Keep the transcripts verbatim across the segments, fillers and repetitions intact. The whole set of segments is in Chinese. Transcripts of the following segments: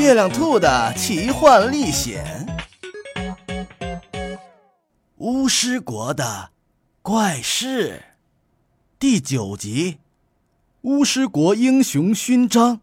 月亮兔的奇幻历险，巫师国的怪事，第九集，巫师国英雄勋章。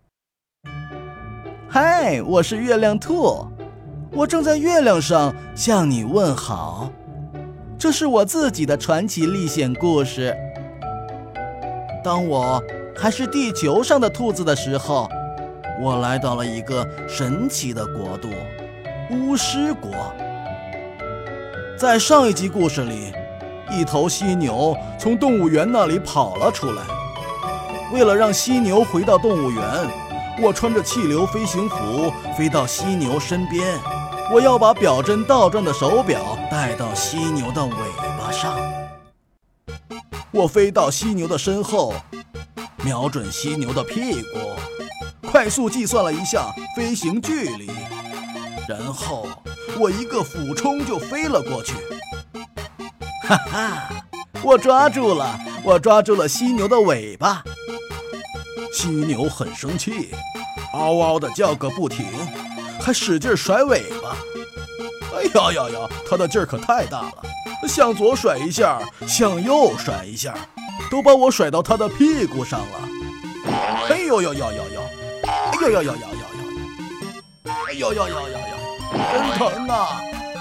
嗨，我是月亮兔，我正在月亮上向你问好。这是我自己的传奇历险故事。当我还是地球上的兔子的时候，我来到了一个神奇的国度——巫师国。在上一集故事里，一头犀牛从动物园那里跑了出来。为了让犀牛回到动物园，我穿着气流飞行服飞到犀牛身边，我要把表针倒转的手表戴到犀牛的尾巴上。我飞到犀牛的身后，瞄准犀牛的屁股，快速计算了一下飞行距离，然后我一个俯冲就飞了过去。哈哈，我抓住了，我抓住了犀牛的尾巴。犀牛很生气，嗷嗷地叫个不停，还使劲甩尾巴。哎呀呀呀，它的劲儿可太大了，向左甩一下，向右甩一下，都把我甩到它的屁股上了。哎呦呦呦呦呦！哎呦呦呦呦呦呦！哎呦呦呦呦呦！真疼啊！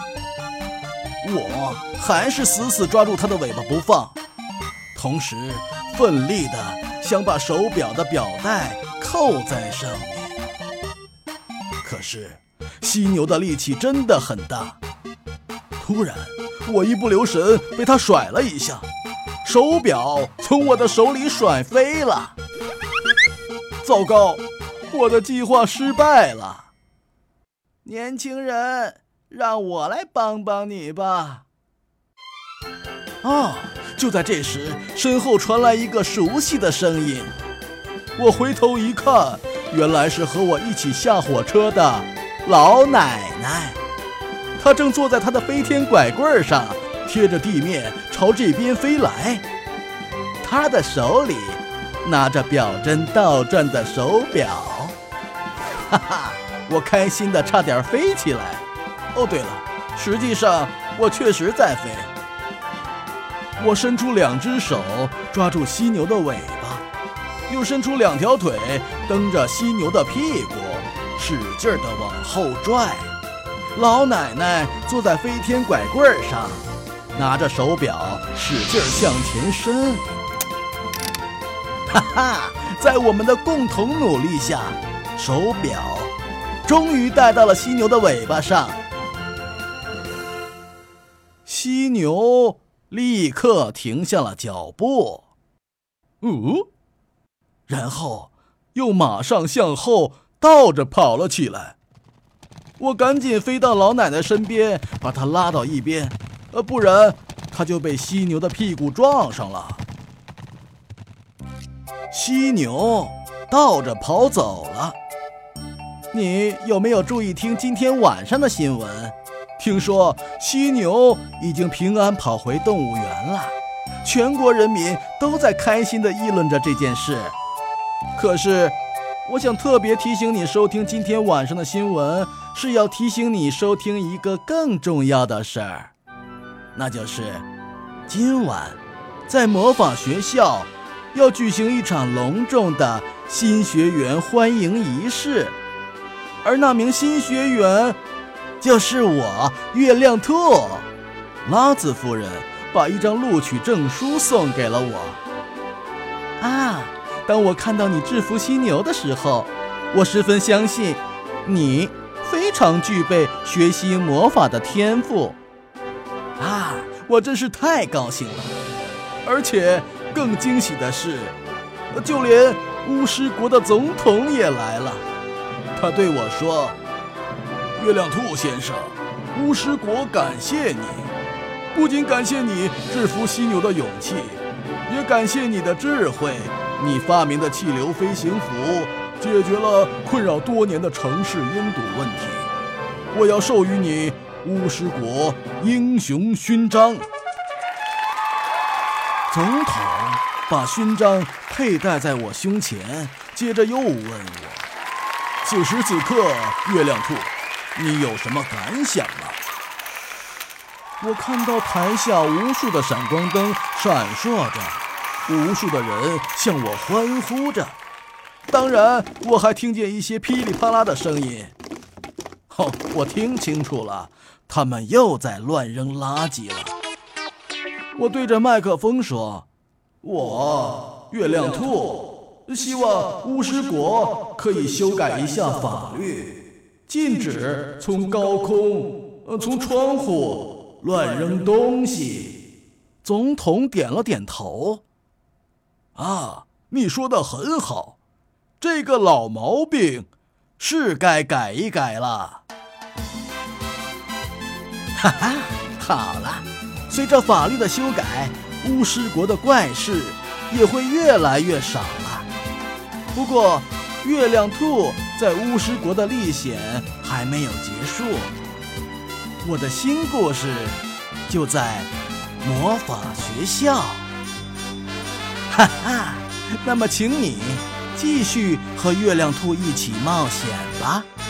我还是死死抓住它的尾巴不放，同时奋力地想把手表的表带扣在上面。可是犀牛的力气真的很大，突然我一不留神被它甩了一下，手表从我的手里甩飞了。糟糕，我的计划失败了。年轻人，让我来帮帮你吧。啊！就在这时，身后传来一个熟悉的声音。我回头一看，原来是和我一起下火车的老奶奶。她正坐在她的飞天拐棍上，贴着地面朝这边飞来。她的手里拿着表针倒转的手表。哈哈，我开心的差点飞起来。哦，对了，实际上我确实在飞。我伸出两只手抓住犀牛的尾巴，又伸出两条腿蹬着犀牛的屁股，使劲地往后拽。老奶奶坐在飞天拐棍上，拿着手表使劲向前伸。哈哈，在我们的共同努力下，手表终于戴到了犀牛的尾巴上。犀牛立刻停下了脚步，哦，然后又马上向后倒着跑了起来。我赶紧飞到老奶奶身边，把她拉到一边，呃，不然她就被犀牛的屁股撞上了。犀牛倒着跑走了。你有没有注意听今天晚上的新闻？听说犀牛已经平安跑回动物园了，全国人民都在开心地议论着这件事。可是我想特别提醒你，收听今天晚上的新闻是要提醒你收听一个更重要的事儿，那就是今晚在魔法学校要举行一场隆重的新学员欢迎仪式，而那名新学员就是我，月亮兔。拉兹夫人把一张录取证书送给了我。啊，当我看到你制服犀牛的时候，我十分相信你非常具备学习魔法的天赋。啊，我真是太高兴了。而且更惊喜的是，就连巫师国的总统也来了。他对我说，月亮兔先生，巫师国感谢你，不仅感谢你制服犀牛的勇气，也感谢你的智慧。你发明的气流飞行服解决了困扰多年的城市拥堵问题。我要授予你巫师国英雄勋章。总统把勋章佩戴在我胸前，接着又问我， 此时此刻，月亮兔，你有什么感想吗？我看到台下无数的闪光灯闪烁着，无数的人向我欢呼着，当然我还听见一些噼里啪啦的声音。哦，我听清楚了，他们又在乱扔垃圾了。我对着麦克风说：我月亮兔希望巫师国可以修改一下法律，禁止从高空、呃、从窗户乱扔东西。总统点了点头。啊，你说得很好，这个老毛病是该改一改了。哈哈，好了，随着法律的修改，巫师国的怪事也会越来越少了。不过，月亮兔在巫师国的历险还没有结束。我的新故事就在魔法学校。哈哈，那么请你继续和月亮兔一起冒险吧。